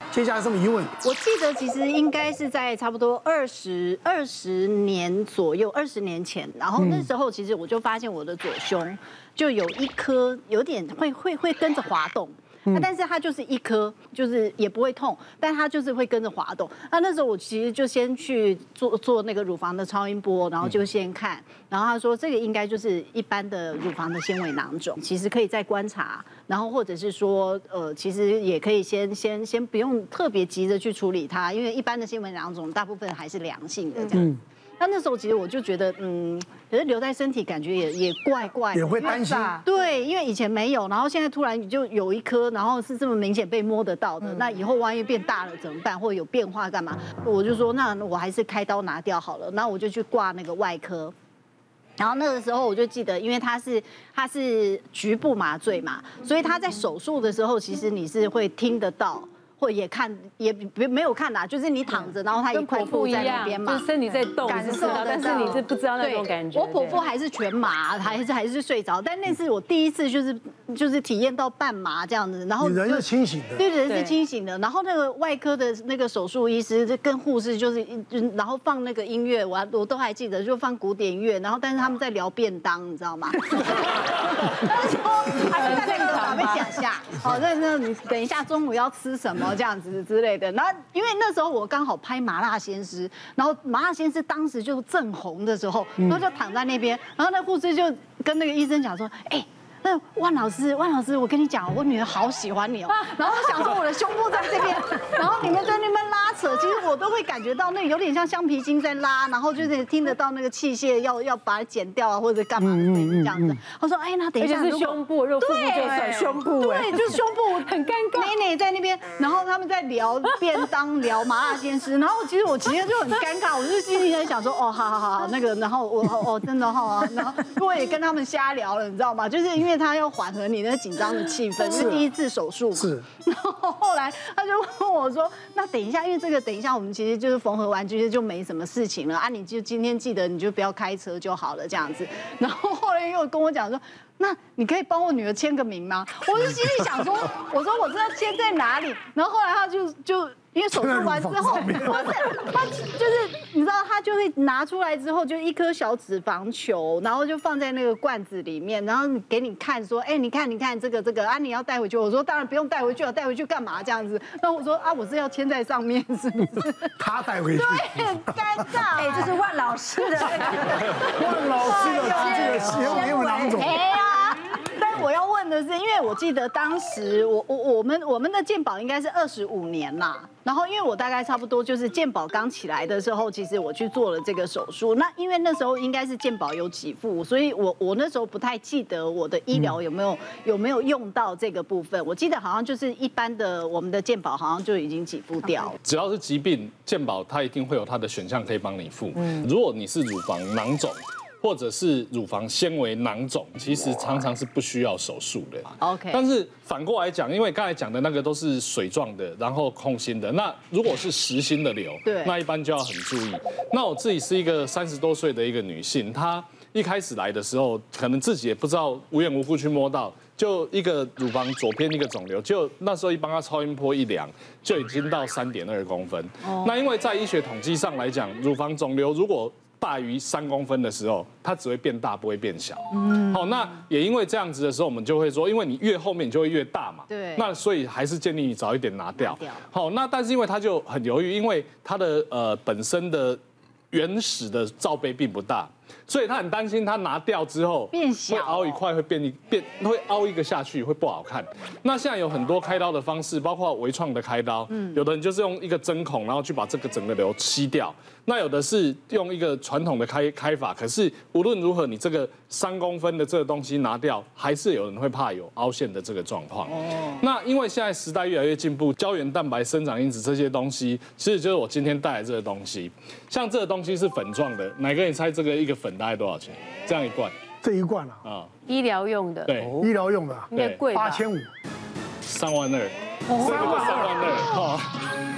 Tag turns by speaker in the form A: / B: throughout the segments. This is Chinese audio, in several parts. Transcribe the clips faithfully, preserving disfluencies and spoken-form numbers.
A: 接下来什么疑问？
B: 我记得其实应该是在差不多二十二十年左右，二十年前，然后那时候其实我就发现我的左胸就有一颗有点会会会跟着滑动。那但是它就是一颗，就是也不会痛，但它就是会跟着滑动。那那时候我其实就先去做做那个乳房的超音波，然后就先看，然后他说这个应该就是一般的乳房的纤维囊肿，其实可以再观察，然后或者是说呃，其实也可以先先先不用特别急着去处理它，因为一般的纤维囊肿大部分还是良性的这样。那那时候其实我就觉得，嗯，可是留在身体感觉也也怪怪的，
A: 也会担心。
B: 对，因为以前没有，然后现在突然就有一颗，然后是这么明显被摸得到的，那以后万一变大了怎么办？或者有变化干嘛？我就说，那我还是开刀拿掉好了。然后我就去挂那个外科。然后那个时候我就记得，因为他是他是局部麻醉嘛，所以他在手术的时候，其实你是会听得到。或也看也没有看啦，就是你躺着，然后他一块布在那边嘛，
C: 就是身体在动，
B: 感受得到，
C: 但是你是不知道那种感觉。
B: 我剖腹还是全麻，还是还是睡着，但那是我第一次就是就是体验到半麻这样子，然后
A: 你人是清醒的，
B: 对，人是清醒的。然后那个外科的那个手术医师跟护士就是，然后放那个音乐，我我都还记得，就放古典乐，然后但是他们在聊便当，你知道吗？他说还是在那个准备讲下，好，那那你等一下中午要吃什么？这样子之类的，然后因为那时候我刚好拍《麻辣鲜师》，然后《麻辣鲜师》当时就正红的时候，然后就躺在那边，然后那护士就跟那个医生讲说，哎。那万老师，万老师，我跟你讲，我女儿好喜欢你哦。然后想说我的胸部在这边，然后你们在那边拉扯，其实我都会感觉到那有点像橡皮筋在拉，然后就是听得到那个器械要要把它剪掉啊，或者干嘛的声音这样子。他说，哎，那等一下，
C: 是胸部，肉腹部就算胸部，
B: 对，就是胸部
C: 很尴尬。
B: 奶奶在那边，然后他们在聊便当，聊麻辣鲜师，然后其实我其实就很尴尬，我就心里在想说，哦，好好好，那个，然后我哦真的哈，然后我也跟他们瞎聊了，你知道吗？就是因为。因为他要缓和你那紧张的气氛，是第一次手术嘛。
A: 是。
B: 然后后来他就问我说：“那等一下，因为这个等一下我们其实就是缝合完，其实就没什么事情了啊，你就今天记得你就不要开车就好了这样子。”然后后来又跟我讲说：“那你可以帮我女儿签个名吗？”我就心里想说：“我说我知道签在哪里。”然后后来他就就。因为手术完之后，不是他就是你知道，他就会拿出来之后，就一颗小脂肪球，然后就放在那个罐子里面，然后给你看说，哎，你看你看这个这个啊，你要带回去。我说当然不用带回去了，带回去干嘛这样子？那我说啊，我是要签在上面，是不是？
A: 他带回去，
B: 对，很尴尬。
D: 哎，这是万老师的
A: 万老师的这个纤维囊肿。
B: 哎呀，但我要问的是，因为我记得当时我我我们我们的健保应该是二十五年啦。然后，因为我大概差不多就是健保刚起来的时候，其实我去做了这个手术。那因为那时候应该是健保有给付，所以我我那时候不太记得我的医疗有没有有没有用到这个部分。我记得好像就是一般的我们的健保好像就已经给付掉。
E: 只要是疾病，健保它一定会有它的选项可以帮你付。如果你是乳房囊肿。或者是乳房纤维囊肿，其实常常是不需要手术的。
B: OK，
E: 但是反过来讲，因为刚才讲的那个都是水状的，然后空心的，那如果是实心的瘤，
B: 对，
E: 那一般就要很注意。那我自己是一个三十多岁的一个女性，她一开始来的时候，可能自己也不知道，无缘无故去摸到，就一个乳房左边一个肿瘤，就那时候一帮她超音波一量，就已经到三点二公分。哦，那因为在医学统计上来讲，乳房肿瘤如果大于三公分的时候，它只会变大，不会变小。嗯，好，那也因为这样子的时候，我们就会说，因为你越后面你就会越大嘛。
B: 对。
E: 那所以还是建议你早一点拿掉。
B: 拿掉。
E: 好，那但是因为他就很犹豫，因为他的呃本身的原始的罩杯并不大，所以他很担心他拿掉之后
B: 变小，
E: 会凹一块，会变一变，会凹一个下去，会不好看。那现在有很多开刀的方式，包括微创的开刀，嗯，有的人就是用一个针孔，然后去把这个整个瘤吸掉。那有的是用一个传统的开开法，可是无论如何，你这个三公分的这个东西拿掉，还是有人会怕有凹陷的这个状况。哦。那因为现在时代越来越进步，胶原蛋白、生长因子这些东西，其实就是我今天带来这个东西。像这个东西是粉状的，哪个你猜这个一个粉大概多少钱？这样一罐？
A: 这一罐啊？
E: 啊，
C: 医疗用的。
E: 对，
A: 医疗用的，
C: 应该贵吧？
A: 八千五，
E: 三万二，三万三万二哈。对，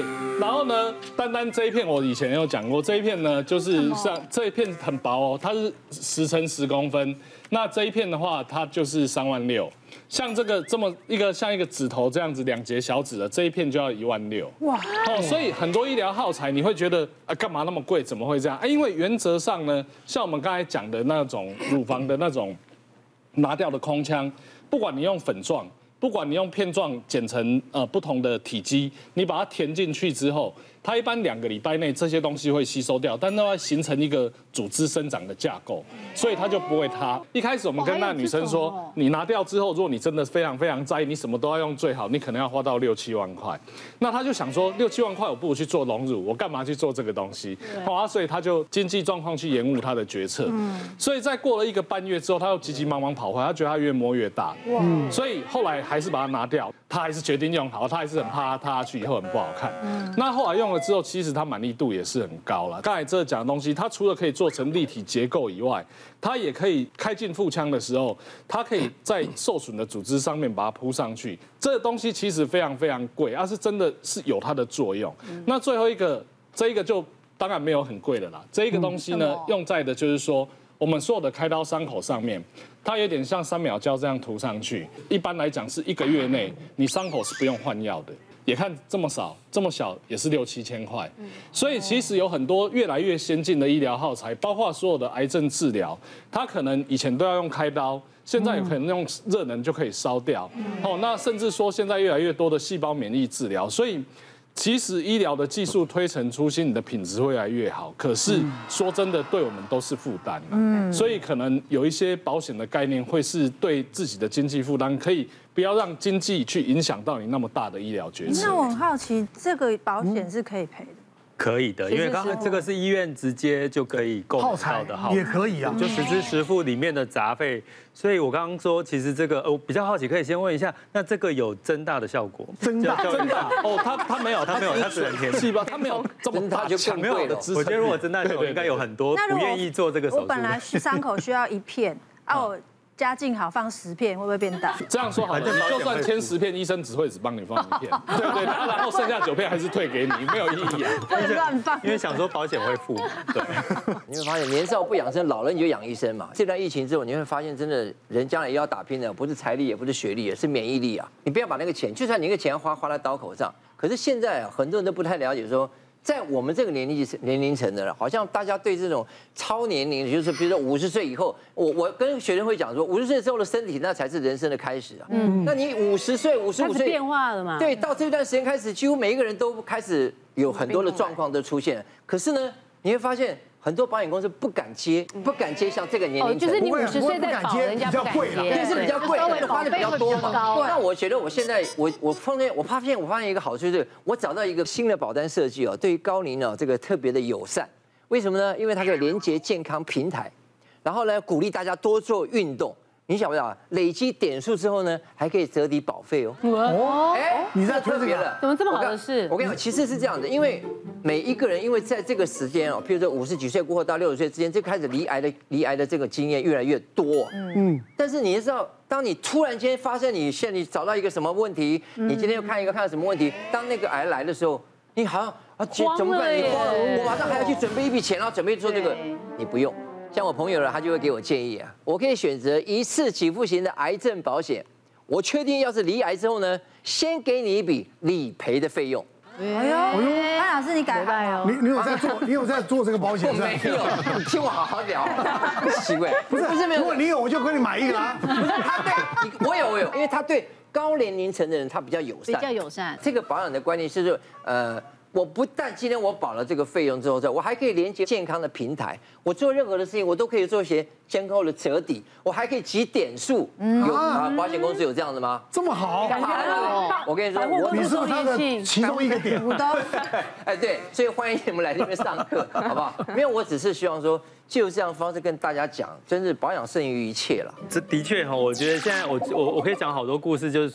E: 对，然后呢，单单这一片我以前有讲过，这一片呢就是像这一片很薄哦，它是十乘十公分，那这一片的话，它就是三万六。像这个这么一个像一个指头这样子两节小指的这一片就要一万六。哇！哦，所以很多医疗耗材你会觉得啊干嘛那么贵？怎么会这样？啊，因为原则上呢，像我们刚才讲的那种乳房的那种拿掉的空腔，不管你用粉状。不管你用片状剪成呃不同的体积，你把它填进去之后，它一般两个礼拜内这些东西会吸收掉，但它会形成一个组织生长的架构，所以它就不会塌。一开始我们跟那女生说，你拿掉之后，如果你真的非常非常在意，你什么都要用最好，你可能要花到六七万块。那她就想说，六七万块我不如去做隆乳，我干嘛去做这个东西？好啊，所以她就经济状况去延误她的决策。所以在过了一个半月之后，她又急急忙忙跑回来，她觉得她越摸越大。所以后来还是把它拿掉，她还是决定用好，她还是很怕它塌下去以后很不好看。那后来用了之后，其实它满意度也是很高了。刚才这讲的东西，它除了可以做成立体结构以外，它也可以开进腹腔的时候，它可以在受损的组织上面把它铺上去。这个东西其实非常非常贵，它是真的是有它的作用。那最后一个，这一个就当然没有很贵的啦。这一个东西呢，用在的就是说，我们所有的开刀伤口上面，它有点像三秒胶这样涂上去。一般来讲是一个月内，你伤口是不用换药的。也看这么少，这么小也是六七千块，所以其实有很多越来越先进的医疗耗材，包括所有的癌症治疗，它可能以前都要用开刀，现在有可能用热能就可以烧掉。哦，那甚至说现在越来越多的细胞免疫治疗，所以。其实医疗的技术推陈出新，你的品质会越来越好。可是说真的，对我们都是负担。嗯，所以可能有一些保险的概念会是对自己的经济负担，可以不要让经济去影响到你那么大的医疗决策。
D: 那我很好奇，这个保险是可以赔的？
F: 可以的，因为刚刚这个是医院直接就可以购买到的耗材，
A: 也可以啊，
F: 就实支实付里面的杂费。所以我刚刚说，其实这个我比较好奇，可以先问一下，那这个有增大的效果？
A: 增大，
E: 增大哦，它它没有，
F: 它没有，它是很甜
E: 细胞，它没有这么大强烈的支撑。
F: 我觉得如果增大效果，应该有很多不愿意做这个手术。
D: 我本来伤口需要一片，啊我。加进好放十片，会不会变大？
E: 这样说好了，你就算签十片，医生只会只帮你放一片，对对，然后剩下九片还是退给你，没有意义啊。
D: 不能乱放，
F: 因为想说保险会付。对，
G: 你会发现年少不养生，老了你就养医生嘛。这段疫情之后，你会发现真的人将来也要打拼的，不是财力，也不是学历，也是免疫力啊。你不要把那个钱，就算你那个钱花花在刀口上，可是现在啊，很多人都不太了解说。在我们这个年龄年龄层的了，好像大家对这种超年龄，就是比如说五十岁以后，我我跟学生会讲说，五十岁之后的身体那才是人生的开始啊。嗯，那你五十岁、五十五岁
C: 变化了嘛？
G: 对，到这段时间开始，几乎每一个人都开始有很多的状况都出现。可是呢，你会发现。很多保险公司不敢接，不敢接像这个年龄层，
C: 就是你五十岁再保，人家不敢接，
G: 对，是比较贵，花的比较多嘛。那我觉得我现在我我发现我发现我发现一个好处就是，我找到一个新的保单设计哦，对于高龄哦这个特别的友善。为什么呢？因为它可以连接健康平台，然后呢鼓励大家多做运动。你晓不晓得？累积点数之后呢，还可以折抵保费哦。
A: 哦，哎，你在推这个？
C: 怎么这么好的事？
G: 我跟你讲，其实是这样的，因为每一个人，因为在这个时间哦，譬如说五十几岁过后到六十岁之间，就开始罹癌的罹癌的这个经验越来越多。嗯，但是你知道，当你突然间发现你现在你找到一个什么问题，你今天又看一个看到什么问题，当那个癌来的时候，你好像啊怎么办？你慌了，我马上还要去准备一笔钱，然后准备做这个，你不用。像我朋友呢，他就会给我建议啊，我可以选择一次给付型的癌症保险，我确定要是罹癌之后呢，先给你一笔理赔的费用。
D: 哎呦，潘老师你改行哦，
A: 你你有在做，你有在做这个保险？
G: 没有，你听我好好聊。奇怪，
A: 不是不是没有，如果你有，我就跟你买一个啊。
G: 不是他对，我有我有，因为他对高年龄层的人他比较友善，
B: 比较友善。
G: 这个保养的观念是说，呃。我不但今天我保了这个费用之后，我还可以连接健康的平台，我做任何的事情我都可以做一些健康的折抵，我还可以集点数。有啊，保险公司有这样的吗？
A: 这么好，
C: 感觉
G: 我跟你说，
A: 我你是他的其中一个点。
G: 哎，对，所以欢迎你们来这边上课，好不好？没有，我只是希望说。就这样的方式跟大家讲，真是保养胜于一切了。
F: 这的确哈，我觉得现在我我我可以讲好多故事，就是说，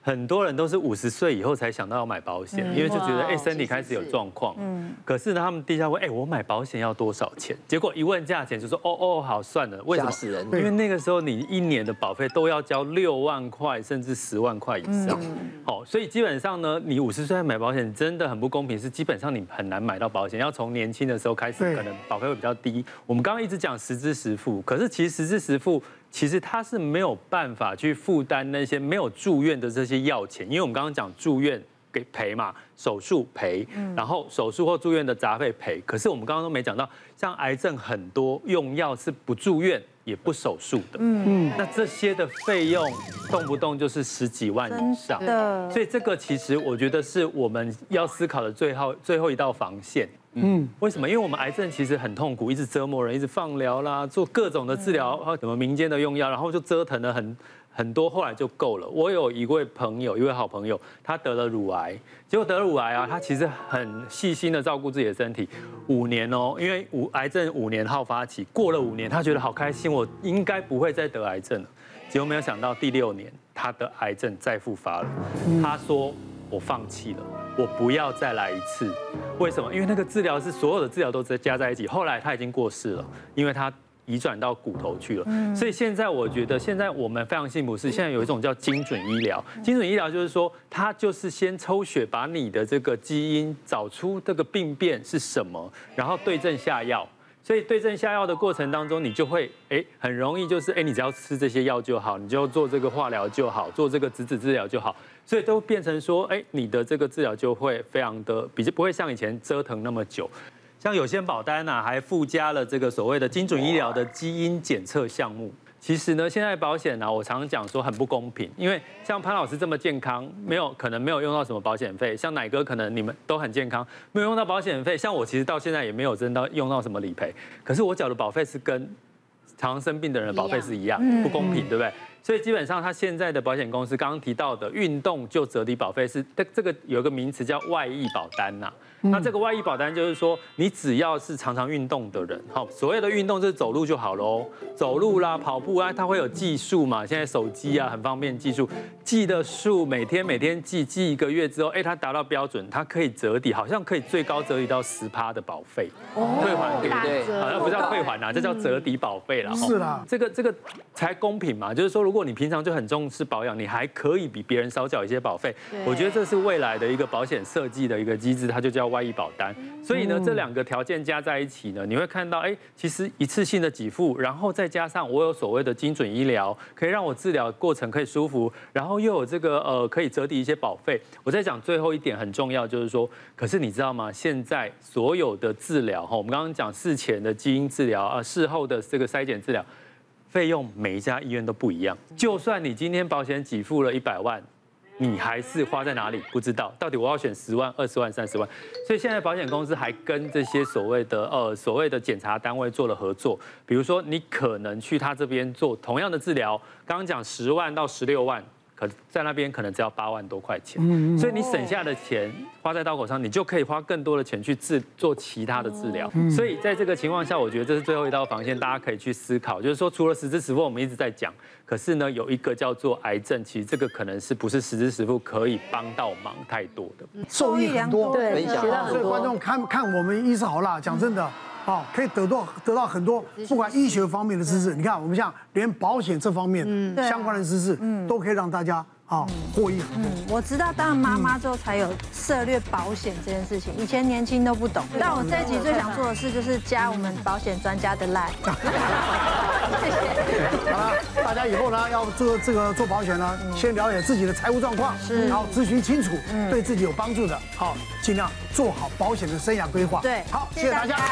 F: 很多人都是五十岁以后才想到要买保险，因为就觉得哎身体开始有状况。嗯。可是呢，他们低下问，哎，我买保险要多少钱？结果一问价钱就说，哦哦，好算了。为什么？吓死人！因为那个时候你一年的保费都要交六万块，甚至十万块以上。好，所以基本上呢，你五十岁买保险真的很不公平，是基本上你很难买到保险，要从年轻的时候开始，可能保费会比较低。我们刚刚一直讲实支实付，可是其实实支实付。其实他是没有办法去负担那些没有住院的这些药钱，因为我们刚刚讲住院给赔嘛，手术赔，然后手术或住院的杂费赔。可是我们刚刚都没讲到，像癌症很多用药是不住院也不手术的，嗯，那这些的费用动不动就是十几万以上，所以这个其实我觉得是我们要思考的最后最后一道防线。嗯，为什么？因为我们癌症其实很痛苦，一直折磨人，一直放疗啦，做各种的治疗，什么民间的用药，然后就折腾了很很多，后来就够了。我有一位朋友，一位好朋友，他得了乳癌，结果得了乳癌啊，他其实很细心的照顾自己的身体，五年哦，因为五癌症五年好发期，过了五年，他觉得好开心，我应该不会再得癌症了。结果没有想到第六年，他的癌症再复发了，他说我放弃了。我不要再来一次，为什么？因为那个治疗是所有的治疗都加在一起，后来他已经过世了，因为他移转到骨头去了。所以现在我觉得，现在我们非常幸福是，现在有一种叫精准医疗。精准医疗就是说，它就是先抽血把你的这个基因找出这个病变是什么，然后对症下药。所以对症下药的过程当中，你就会哎很容易就是哎你只要吃这些药就好，你就做这个化疗就好，做这个质子治疗就好，所以都变成说哎你的这个治疗就会非常的比较不会像以前折腾那么久。像有些保单啊还附加了这个所谓的精准医疗的基因检测项目。其实呢，现在保险呢、啊，我常常讲说很不公平，因为像潘老师这么健康，没有可能没有用到什么保险费；像乃哥可能你们都很健康，没有用到保险费。像我其实到现在也没有真的用到什么理赔，可是我缴的保费是跟常常生病的人的保费是一样，不公平，对不对？所以基本上，他现在的保险公司刚刚提到的运动就折抵保费是这这个有一个名词叫外溢保单呐、啊。那这个外溢保单就是说，你只要是常常运动的人，好，所谓的运动就是走路就好喽，走路啦、跑步啊，它会有计数嘛。现在手机啊很方便计数，记的数每天每天记，记一个月之后，哎，它达到标准，它可以折抵，好像可以最高折抵到十趴的保费，退还对不对？好像不叫退还呐，这叫折抵保费啦。
A: 是啦，
F: 这个这个才公平嘛，就是说，如果你平常就很重视保养，你还可以比别人少缴一些保费，我觉得这是未来的一个保险设计的一个机制，它就叫外溢保单。所以呢，这两个条件加在一起呢，你会看到，哎，其实一次性的给付，然后再加上我有所谓的精准医疗，可以让我治疗过程可以舒服，然后又有这个呃可以折抵一些保费。我在讲最后一点很重要，就是说，可是你知道吗？现在所有的治疗哈，我们刚刚讲事前的基因治疗啊，事后的这个筛检治疗。费用每一家医院都不一样，就算你今天保险给付了一百万，你还是花在哪里不知道，到底我要选十万、二十万、三十万。所以现在保险公司还跟这些所谓的呃所谓的检查单位做了合作，比如说你可能去他这边做同样的治疗，刚刚讲十万到十六万。可在那边可能只要八万多块钱，所以你省下的钱花在刀口上，你就可以花更多的钱去治做其他的治疗。所以在这个情况下，我觉得这是最后一道防线，大家可以去思考，就是说除了实支实付我们一直在讲，可是呢有一个叫做癌症，其实这个可能是不是实支实付可以帮到忙太多的，
A: 受益很多，
G: 分享。
A: 所以观众看看我们医师好辣，讲真的。哦，可以得到得到很多，不管医学方面的知识，你看我们像连保险这方面相关的知识，都可以让大家啊获益很多。
D: 嗯，我知道当妈妈之后才有涉猎保险这件事情，以前年轻都不懂。但我这一集最想做的事就是加我们保险专家的 line。谢谢。
A: 好了，大家以后呢要做这个做保险呢，先了解自己的财务状况，然后咨询清楚，对自己有帮助的，好，尽量做好保险的生涯规划。
D: 对，
A: 好，谢谢大家。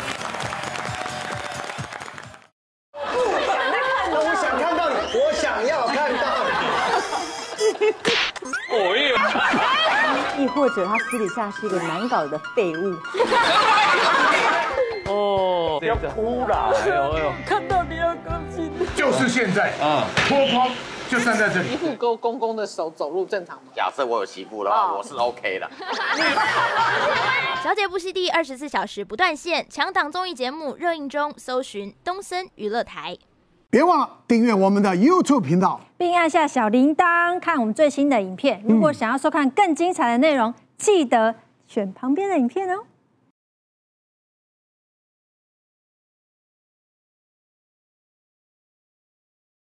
H: 我想看到你，我想要看到你。
E: 哦耶！
I: 亦或者他私底下是一个难搞的废物。
E: 哦，
H: 不要哭啦！哎呦哎呦，
I: 看到你要高兴。
J: 就是现在啊，脱光就站在这里。
K: 媳妇勾公公的手走路正常吗？
L: 假设我有媳妇的话，我是 OK 的。
M: 小姐不息地二十四小时不断线，强档综艺节目热映中，搜寻东森娱乐台。
A: 别忘了订阅我们的 YouTube 频道，
D: 并按下小铃铛看我们最新的影片。如果想要收看更精彩的内容，记得选旁边的影片哦。